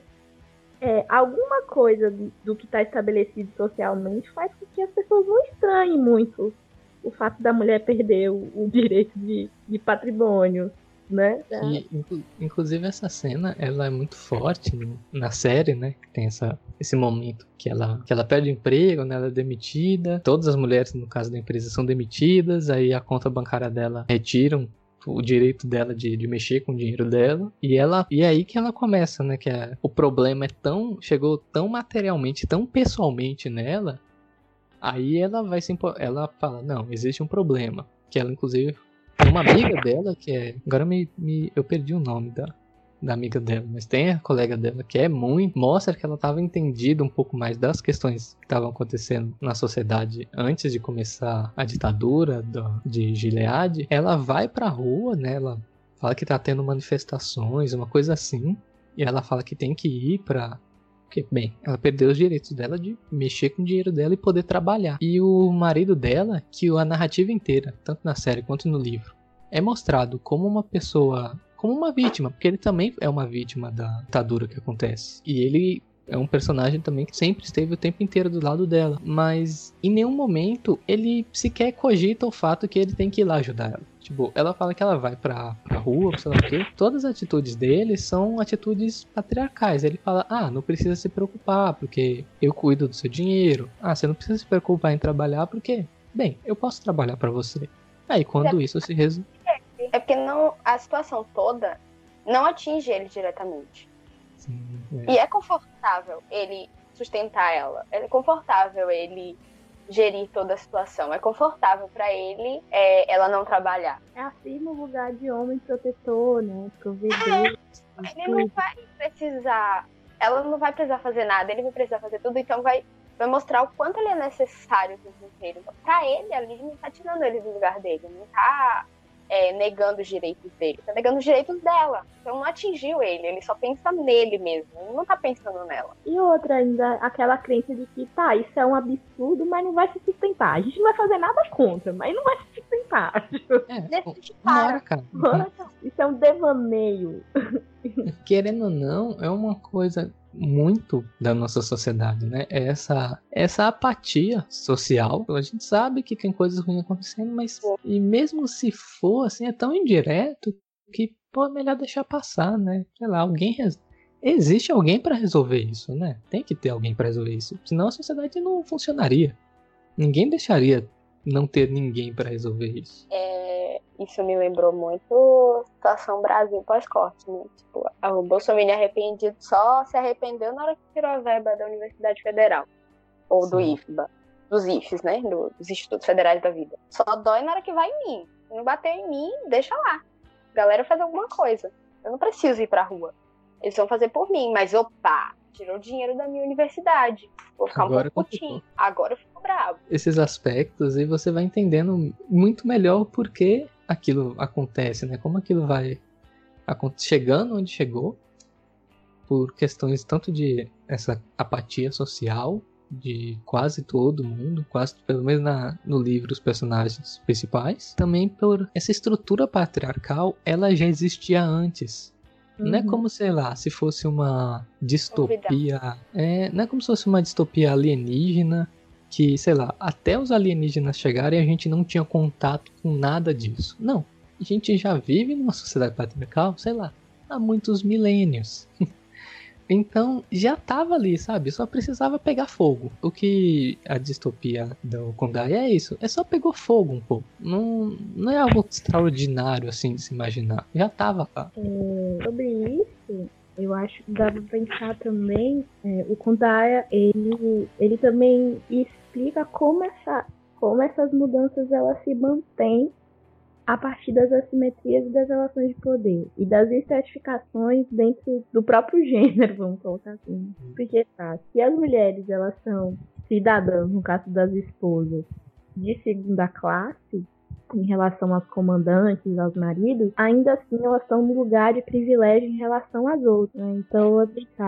alguma coisa do que está estabelecido socialmente faz com que as pessoas não estranhem muito o fato da mulher perder o direito de patrimônio, né? E, inclusive essa cena, ela é muito forte na série, né? Que tem esse momento que ela perde o emprego, né? Ela é demitida. Todas as mulheres, no caso da empresa, são demitidas. Aí a conta bancária dela retiram o direito dela de mexer com o dinheiro dela. E é aí que ela começa, né? Que o problema chegou tão materialmente, tão pessoalmente nela. Aí ela ela fala, não, existe um problema. Que ela, inclusive, tem uma amiga dela que é... Agora eu perdi o nome da amiga dela, mas tem a colega dela que mostra que ela estava entendida um pouco mais das questões que estavam acontecendo na sociedade antes de começar a ditadura de Gilead. Ela vai pra rua, né? Ela fala que tá tendo manifestações, uma coisa assim, e ela fala que tem que ir porque, bem, ela perdeu os direitos dela de mexer com o dinheiro dela e poder trabalhar. E o marido dela, que a narrativa inteira, tanto na série quanto no livro, é mostrado como uma pessoa, como uma vítima, porque ele também é uma vítima da ditadura que acontece. E ele é um personagem também que sempre esteve o tempo inteiro do lado dela, mas em nenhum momento ele sequer cogita o fato que ele tem que ir lá ajudar ela. Tipo, ela fala que ela vai pra rua, sei lá o quê. Todas as atitudes dele são atitudes patriarcais. Ele fala, não precisa se preocupar, porque eu cuido do seu dinheiro. Você não precisa se preocupar em trabalhar, porque, bem, eu posso trabalhar pra você. Aí, quando isso se resolve... É porque a situação toda não atinge ele diretamente. Sim, E é confortável ele sustentar ela. É confortável ele gerir toda a situação. É confortável para ele ela não trabalhar. É assim no lugar de homem protetor, né? Provedor. Ele não vai precisar, ela não vai precisar fazer nada, ele vai precisar fazer tudo, então vai mostrar o quanto ele é necessário para ele. Pra ele, a Liz não tá tirando ele do lugar dele, não tá negando os direitos dele, tá negando os direitos dela. Então não atingiu ele só pensa nele mesmo, ele não tá pensando nela. E outra ainda, aquela crença de que, tá, isso é um absurdo, mas não vai se sustentar. A gente não vai fazer nada contra, mas não vai se sustentar. Cara. Isso é um devaneio. Querendo ou não, é uma coisa muito da nossa sociedade, né? Essa apatia social. A gente sabe que tem coisas ruins acontecendo, mas e mesmo se for, assim, é tão indireto que, pô, é melhor deixar passar, né? Sei lá, existe alguém para resolver isso, né? Tem que ter alguém para resolver isso, senão a sociedade não funcionaria. Ninguém deixaria não ter ninguém para resolver isso. Isso me lembrou muito a situação Brasil pós-corte, né? Tipo, o Bolsonaro arrependido só se arrependeu na hora que tirou a verba da Universidade Federal. Ou Sim. Do IFBA. Dos IFES, né? Dos Institutos Federais da Vida. Só dói na hora que vai em mim. Se não bateu em mim, deixa lá. Galera faz alguma coisa. Eu não preciso ir pra rua. Eles vão fazer por mim, mas opa, tirou o dinheiro da minha universidade. Vou ficar um pouco putinho. Agora eu fico bravo. Esses aspectos, e você vai entendendo muito melhor o porquê aquilo acontece, né? Como aquilo vai chegando onde chegou, por questões tanto de essa apatia social de quase todo mundo, quase pelo menos no livro os personagens principais, também por essa estrutura patriarcal, ela já existia antes. Não é como, sei lá, se fosse uma distopia. Não é como se fosse uma distopia alienígena que, sei lá, até os alienígenas chegarem a gente não tinha contato com nada disso. Não. A gente já vive numa sociedade patriarcal, sei lá, há muitos milênios. Então já tava ali, sabe? Só precisava pegar fogo. O que a distopia do Kondai é isso. É só pegou fogo um pouco. Não é algo extraordinário assim de se imaginar. Já tava lá. Sobre isso, eu acho que dá pra pensar também. O Kondai, ele também explica como essas mudanças elas se mantêm a partir das assimetrias e das relações de poder e das estratificações dentro do próprio gênero, vamos colocar assim. Porque se as mulheres elas são cidadãs, no caso das esposas, de segunda classe, em relação aos comandantes, aos maridos, ainda assim elas estão no lugar de privilégio em relação às outras. Né? Então,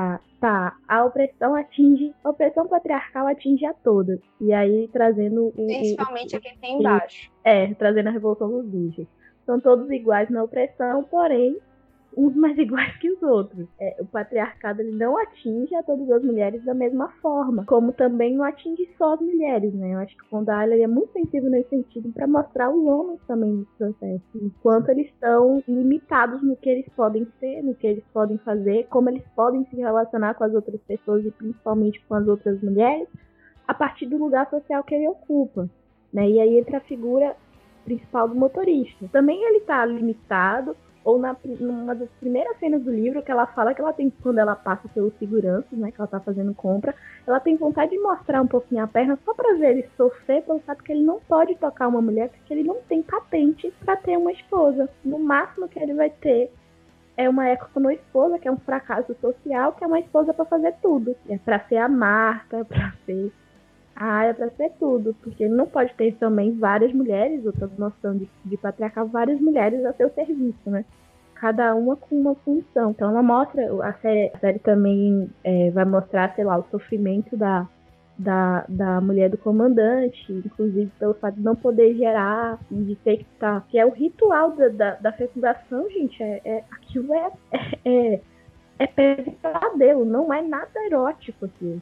a opressão patriarcal atinge a todas. E aí, trazendo principalmente a quem tem embaixo. Trazendo a revolução dos bichos. São todos iguais na opressão, porém, uns mais iguais que os outros. O patriarcado ele não atinge a todas as mulheres da mesma forma, como também não atinge só as mulheres, né? Eu acho que o Kondai é muito sensível nesse sentido para mostrar os homens também nesse processo, enquanto eles estão limitados no que eles podem ser, no que eles podem fazer, como eles podem se relacionar com as outras pessoas e principalmente com as outras mulheres, a partir do lugar social que ele ocupa, né? E aí entra a figura principal do motorista. Também ele está limitado, ou numa das primeiras cenas do livro, que ela fala que ela tem, quando ela passa pelos seguranças, né, que ela tá fazendo compra, ela tem vontade de mostrar um pouquinho a perna só pra ver ele sofrer pelo fato que ele não pode tocar uma mulher porque ele não tem patente pra ter uma esposa. No máximo que ele vai ter é uma esposa, que é um fracasso social, que é uma esposa pra fazer tudo. É pra ser a Marta, pra ser pra ser tudo, porque ele não pode ter também várias mulheres, outra noção de patriarcal, várias mulheres a seu serviço, né? Cada uma com uma função. Então ela mostra, a série também vai mostrar, sei lá, o sofrimento da mulher do comandante, inclusive pelo fato de não poder gerar, de ter que estar, que é o ritual da fecundação, gente, aquilo é pesadelo, não é nada erótico aqui.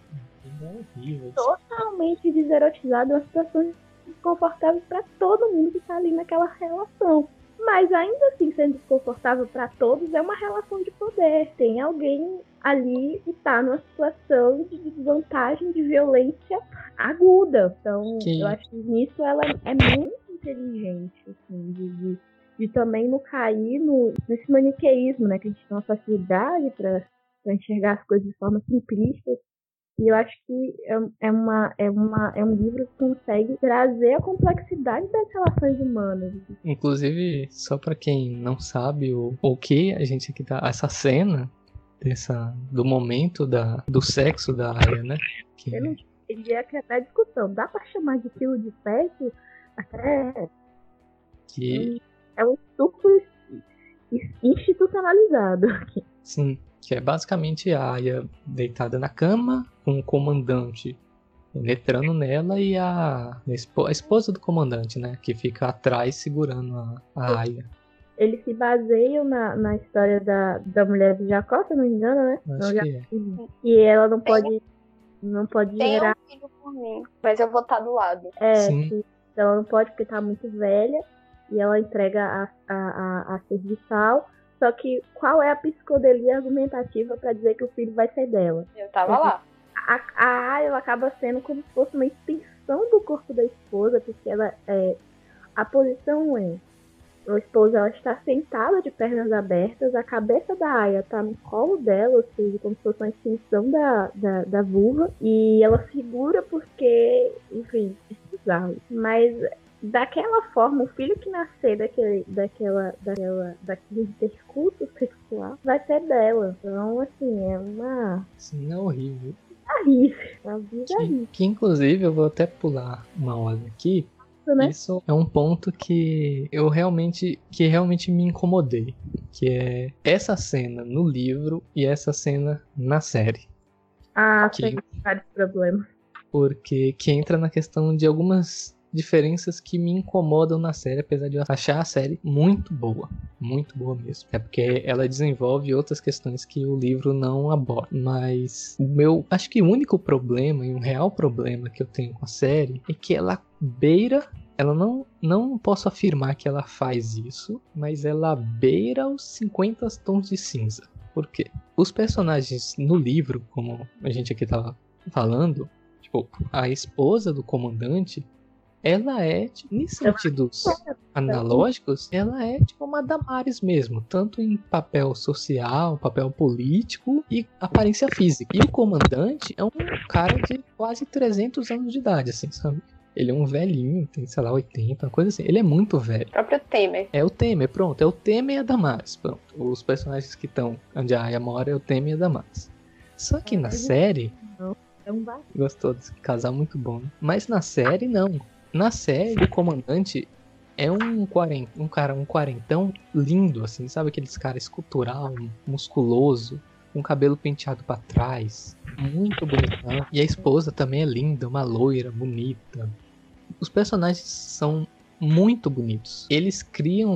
Totalmente deserotizado, uma situação desconfortável para todo mundo que está ali naquela relação. Mas ainda assim, sendo desconfortável para todos, é uma relação de poder. Tem alguém ali que está numa situação de desvantagem, de violência aguda. Então, eu acho que nisso ela é muito inteligente, assim, de também não cair nesse maniqueísmo, né? Que a gente tem uma facilidade para enxergar as coisas de forma simplista. E eu acho que é um livro que consegue trazer a complexidade das relações humanas. Inclusive, só pra quem não sabe o que a gente aqui tá. Essa cena do momento do sexo da Aya, né? Eu não diria que até discussão. Dá pra chamar de fio de sexo? Até que é um estupro institucionalizado aqui. Sim, que é basicamente a Aya deitada na cama, com o comandante penetrando nela e a esposa do comandante, né? Que fica atrás segurando a Aya. Eles se baseiam na história da mulher de Jacó, se eu não me engano, né? Acho que é. E ela não pode gerar. Tem um filho por mim, mas eu vou estar do lado. Sim. Ela não pode porque tá muito velha e ela entrega a serviçal. Só que qual é a psicodelia argumentativa para dizer que o filho vai ser dela? Eu tava lá. A Aya, ela acaba sendo como se fosse uma extensão do corpo da esposa, porque ela a posição é a esposa, ela está sentada de pernas abertas, a cabeça da Aya está no colo dela, ou seja, como se fosse uma extensão da vulva, e ela segura porque, enfim, é bizarro. Mas daquela forma, o filho que nascer daquele intercurso sexual vai ser dela. Então, assim, é uma... Sim, é horrível. Que inclusive, eu vou até pular uma hora aqui. Né? Isso é um ponto que realmente me incomodei, que é essa cena no livro e essa cena na série. Tem vários problemas. Porque que entra na questão de algumas diferenças que me incomodam na série, apesar de eu achar a série muito boa mesmo. É porque ela desenvolve outras questões que o livro não aborda. Mas acho que o único problema e um real problema que eu tenho com a série é que ela ela não posso afirmar que ela faz isso, mas ela beira os 50 tons de cinza. Por quê? Os personagens no livro, como a gente aqui tava falando, tipo, a esposa do comandante, ela é, em sentidos analógicos, ela é tipo uma Damares mesmo, tanto em papel social, papel político e aparência física. E o comandante é um cara de quase 300 anos de idade, assim, sabe? Ele é um velhinho, tem, sei lá, 80, uma coisa assim. Ele é muito velho. O próprio Temer. É o Temer, pronto. É o Temer e a Damares, pronto. Os personagens que estão onde a Aya mora é o Temer e a Damares. Só que na série... Gostou desse casal muito bom, né? Mas na série, não. Na série, o comandante é um quarentão lindo, assim, sabe? Aqueles caras escultural, musculoso, com cabelo penteado pra trás, muito bonitão. E a esposa também é linda, uma loira, bonita. Os personagens são muito bonitos. Eles criam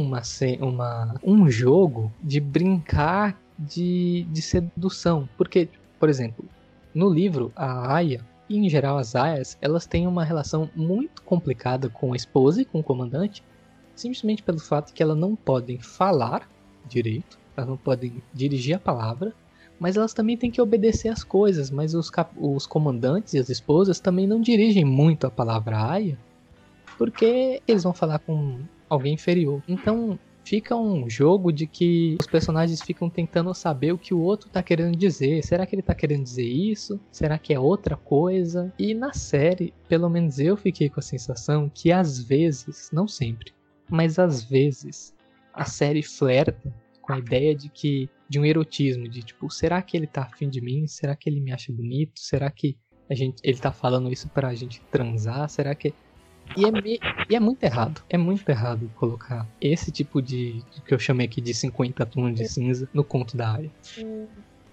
um jogo de brincar de sedução. Porque, por exemplo, no livro, a Aya, e em geral as Ayas, elas têm uma relação muito complicada com a esposa e com o comandante, simplesmente pelo fato que elas não podem falar direito, elas não podem dirigir a palavra, mas elas também têm que obedecer as coisas. Mas os comandantes e as esposas também não dirigem muito a palavra Aya, porque eles vão falar com alguém inferior. Então fica um jogo de que os personagens ficam tentando saber o que o outro tá querendo dizer. Será que ele tá querendo dizer isso? Será que é outra coisa? E na série, pelo menos eu fiquei com a sensação que às vezes, não sempre, mas às vezes, a série flerta com a ideia de um erotismo, de tipo, será que ele tá afim de mim? Será que ele me acha bonito? Será que ele tá falando isso pra gente transar? Será que... E é muito errado. É muito errado colocar esse tipo de que eu chamei aqui de 50 tons de cinza no conto da Aya. Eu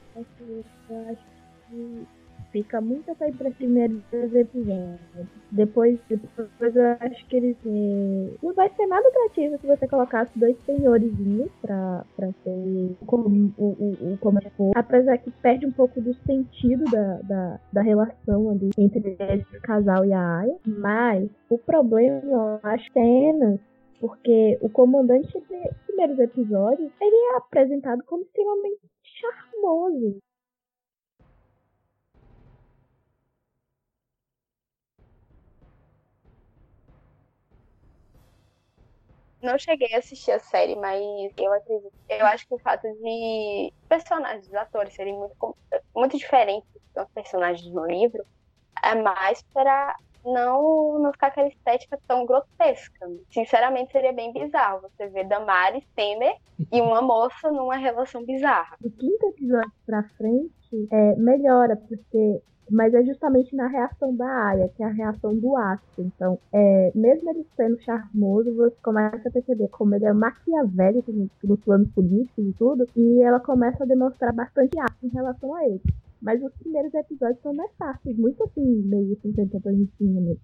acho que fica muito até para primeiros episódios. Depois eu acho que eles não vai ser nada atrativo se você colocasse dois senhorizinhos pra ser como o apesar que perde um pouco do sentido da relação ali entre esse casal e a Aya. Mas o problema, eu acho, cenas, porque o comandante dos primeiros episódios, ele é apresentado como extremamente charmoso. não cheguei a assistir a série, mas eu acho que o fato de personagens, os atores serem muito diferentes dos personagens no livro, é mais para não ficar aquela estética tão grotesca. Sinceramente, seria bem bizarro você ver Damares, Temer e uma moça numa relação bizarra. Do quinto episódio pra frente, melhora, porque... Mas é justamente na reação da Aya, que é a reação do Astro. Então, mesmo ele sendo charmoso, você começa a perceber como ele é maquiavélico nos planos políticos e tudo, e ela começa a demonstrar bastante arte em relação a ele. Mas os primeiros episódios são mais fáceis, muito assim, meio 50 tornicinha mesmo.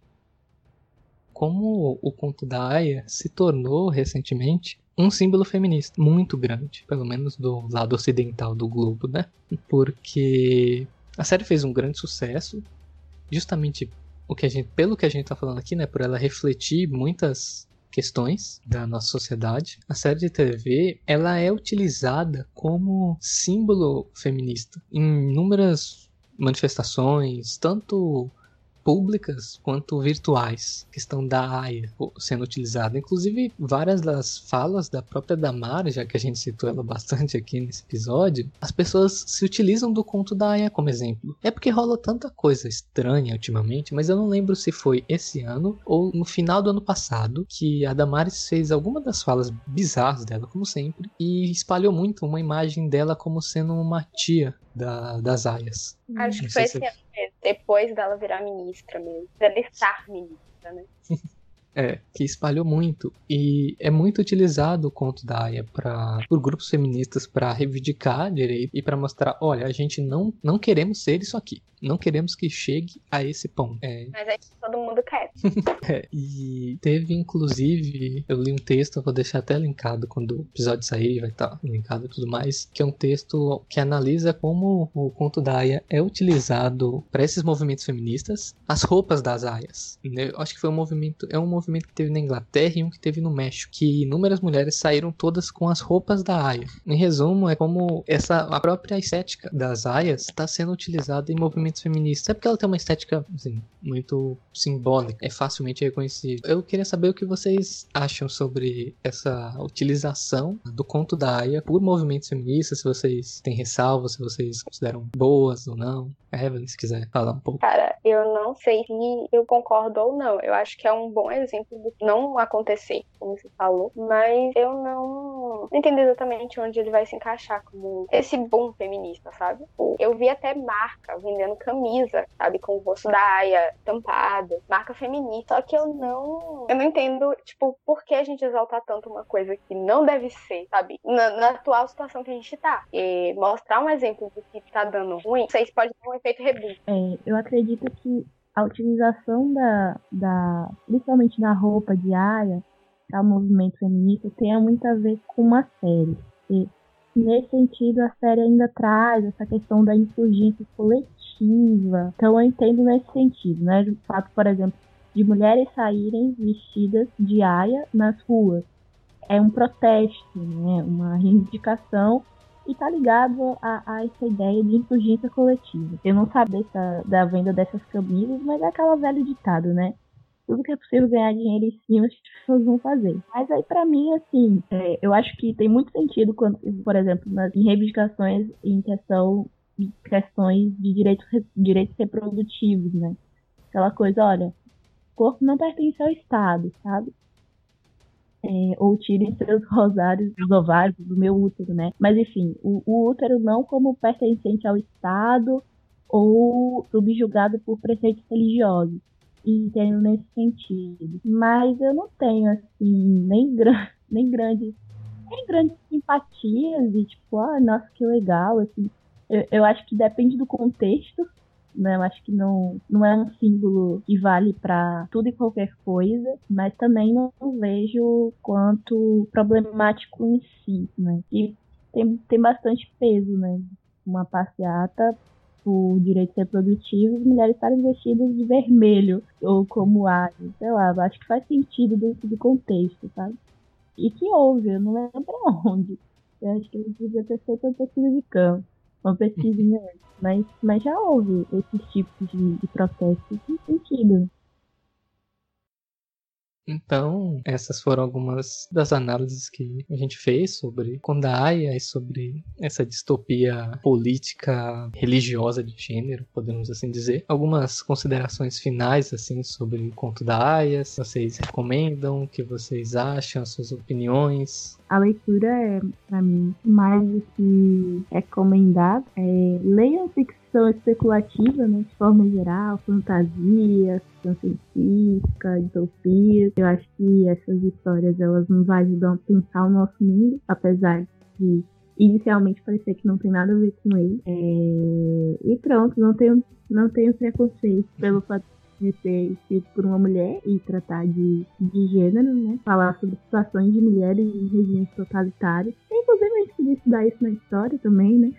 Como o conto da Aya se tornou recentemente um símbolo feminista muito grande, pelo menos do lado ocidental do globo, né? Porque a série fez um grande sucesso, justamente pelo que a gente tá falando aqui, né? Por ela refletir muitas questões da nossa sociedade. A série de TV, ela é utilizada como símbolo feminista em inúmeras manifestações, tanto públicas quanto virtuais, questão da Aya sendo utilizada. Inclusive, várias das falas da própria Damara, já que a gente citou ela bastante aqui nesse episódio, as pessoas se utilizam do conto da Aya como exemplo. É porque rola tanta coisa estranha ultimamente, mas eu não lembro se foi esse ano ou no final do ano passado que a Damares fez alguma das falas bizarras dela, como sempre, e espalhou muito uma imagem dela como sendo uma tia das Aias. Acho que foi esse ano mesmo, depois dela virar ministra mesmo. Dela estar ministra, né? Que espalhou muito. E é muito utilizado o conto da Aya por grupos feministas para reivindicar direito e para mostrar, olha, a gente não queremos ser isso aqui. Não queremos que chegue a esse ponto. Mas é que todo mundo quer. E teve, inclusive, eu li um texto, eu vou deixar até linkado quando o episódio sair, vai estar linkado e tudo mais, que é um texto que analisa como o conto da Aya é utilizado para esses movimentos feministas, as roupas das Aias. Eu acho que foi um movimento que teve na Inglaterra e um que teve no México, que inúmeras mulheres saíram todas com as roupas da Aya. Em resumo, é como a própria estética das Aias está sendo utilizada em movimentos feministas. É porque ela tem uma estética, assim, muito simbólica, é facilmente reconhecível. Eu queria saber o que vocês acham sobre essa utilização do conto da Aya por movimentos feministas, se vocês têm ressalvas, se vocês consideram boas ou não. Evelyn, se quiser falar um pouco. Cara, eu não sei se eu concordo ou não. Eu acho que é um bom exemplo de não acontecer, como você falou, mas eu não entendo exatamente onde ele vai se encaixar como esse boom feminista, sabe? Eu vi até marca vendendo camisa, sabe, com o rosto da Aya tampado, marca feminista, só que eu não entendo, tipo, por que a gente exaltar tanto uma coisa que não deve ser, sabe, na atual situação que a gente tá. E mostrar um exemplo do que tá dando ruim, isso aí pode ter um efeito reboot. Eu acredito que a utilização principalmente da roupa de Aya para o movimento feminista tenha muito a ver com uma série. E nesse sentido, a série ainda traz essa questão da insurgência coletiva. Então eu entendo nesse sentido, né? O fato, por exemplo, de mulheres saírem vestidas de Aya nas ruas. É um protesto, né? Uma reivindicação e tá ligado a essa ideia de insurgência coletiva. Eu não sabia da venda dessas camisas, mas é aquela velha ditado, né? Tudo que é possível ganhar dinheiro em cima, as pessoas vão fazer. Mas aí, pra mim, assim, eu acho que tem muito sentido quando, por exemplo, em reivindicações em questões de direitos reprodutivos, né? Aquela coisa, olha, o corpo não pertence ao Estado, sabe? Ou tirem seus rosários dos ovários do meu útero, né? Mas enfim, o útero não como pertencente ao Estado ou subjugado por preceitos religiosos. E entendo nesse sentido. Mas eu não tenho, assim, nem grandes simpatias e tipo, nossa, que legal, assim. Eu acho que depende do contexto, né? Eu acho que não é um símbolo que vale para tudo e qualquer coisa, mas também não vejo quanto problemático em si, né? E tem bastante peso, né? Uma passeata por direitos reprodutivos, mulheres estarem vestidas de vermelho ou como Aya, sei lá, acho que faz sentido dentro do contexto, sabe? E que houve, eu não lembro onde. Eu acho que ele devia ter feito uma pesquisa de campo, uma pesquisinha antes, mas já houve esses tipos de protestos, em sentido. Então, essas foram algumas das análises que a gente fez sobre Kondaaya e sobre essa distopia política religiosa de gênero, podemos assim dizer. Algumas considerações finais assim sobre o conto da Aya, se vocês recomendam, o que vocês acham, as suas opiniões. A leitura é, para mim, mais do que recomendado. Leiam ficção especulativa, né, de forma geral, fantasia, ficção científica, distopia. Eu acho que essas histórias elas nos ajudam a pensar o nosso mundo, apesar de inicialmente parecer que não tem nada a ver com ele. E pronto, não tenho preconceito pelo fato de ser escrito por uma mulher e tratar de gênero, né? Falar sobre situações de mulheres em regimes totalitários. Inclusive, a gente podia estudar isso na história também, né?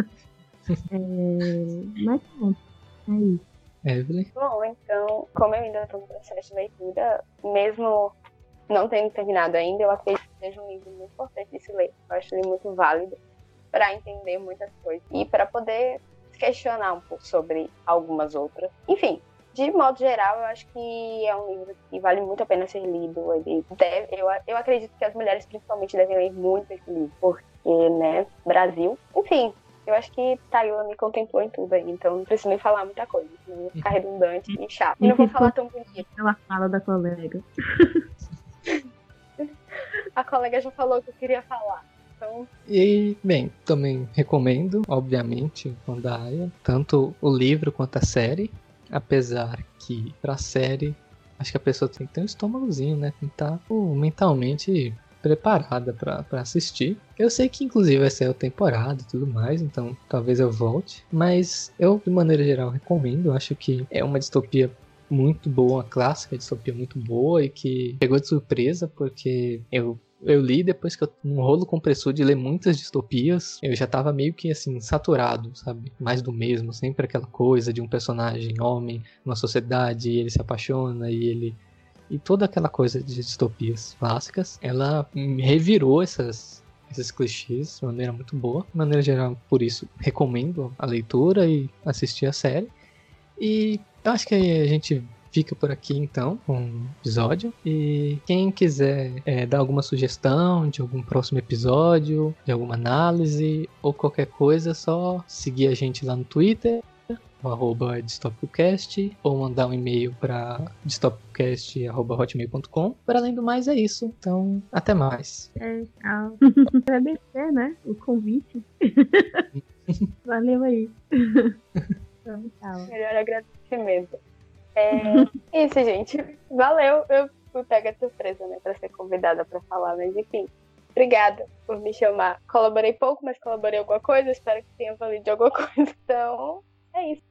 Mas pronto, é isso. Evelyn? Bom, então, como eu ainda estou no processo de leitura, mesmo não tendo terminado ainda, eu acredito que seja um livro muito importante de se ler. Eu acho ele muito válido para entender muitas coisas e para poder questionar um pouco sobre algumas outras. Enfim, de modo geral, eu acho que é um livro que vale muito a pena ser lido. Eu acredito que as mulheres principalmente devem ler muito esse livro, porque, né, Brasil. Enfim, eu acho que Taylor me contemplou em tudo aí, então não preciso nem falar muita coisa, não vou ficar redundante e chato. E não vou falar tão bonito. Ela fala da colega. A colega já falou o que eu queria falar. Então... E, bem, também recomendo, obviamente, Kondaaya, tanto o livro quanto a série. Apesar que, pra série, acho que a pessoa tem que ter um estômagozinho, né? Tem que estar mentalmente preparada pra assistir. Eu sei que, inclusive, vai ser a temporada e tudo mais, então talvez eu volte. Mas eu, de maneira geral, recomendo. Acho que é uma distopia muito boa, uma clássica distopia muito boa e que pegou de surpresa, porque eu li depois que eu, num rolo compressor de ler muitas distopias, eu já tava meio que assim, saturado, sabe? Mais do mesmo, sempre aquela coisa de um personagem homem numa sociedade, e ele se apaixona e toda aquela coisa de distopias clássicas, ela revirou esses clichês de maneira muito boa. De maneira geral, por isso, recomendo a leitura e assistir a série. E eu acho que a gente fica por aqui então com o episódio. E quem quiser dar alguma sugestão de algum próximo episódio, de alguma análise ou qualquer coisa, é só seguir a gente lá no Twitter, @distopicast, ou mandar um e-mail para distopicast@hotmail.com. Para além do mais, é isso. Então, até mais. Tchau. Agradecer, né? O convite. Valeu aí. Então, tchau. Melhor agradecimento. Isso, gente. Valeu. Eu fui pega de surpresa, né? Pra ser convidada pra falar, mas enfim. Obrigada por me chamar. Colaborei pouco, mas colaborei alguma coisa. Espero que tenha valido de alguma coisa. Então, é isso.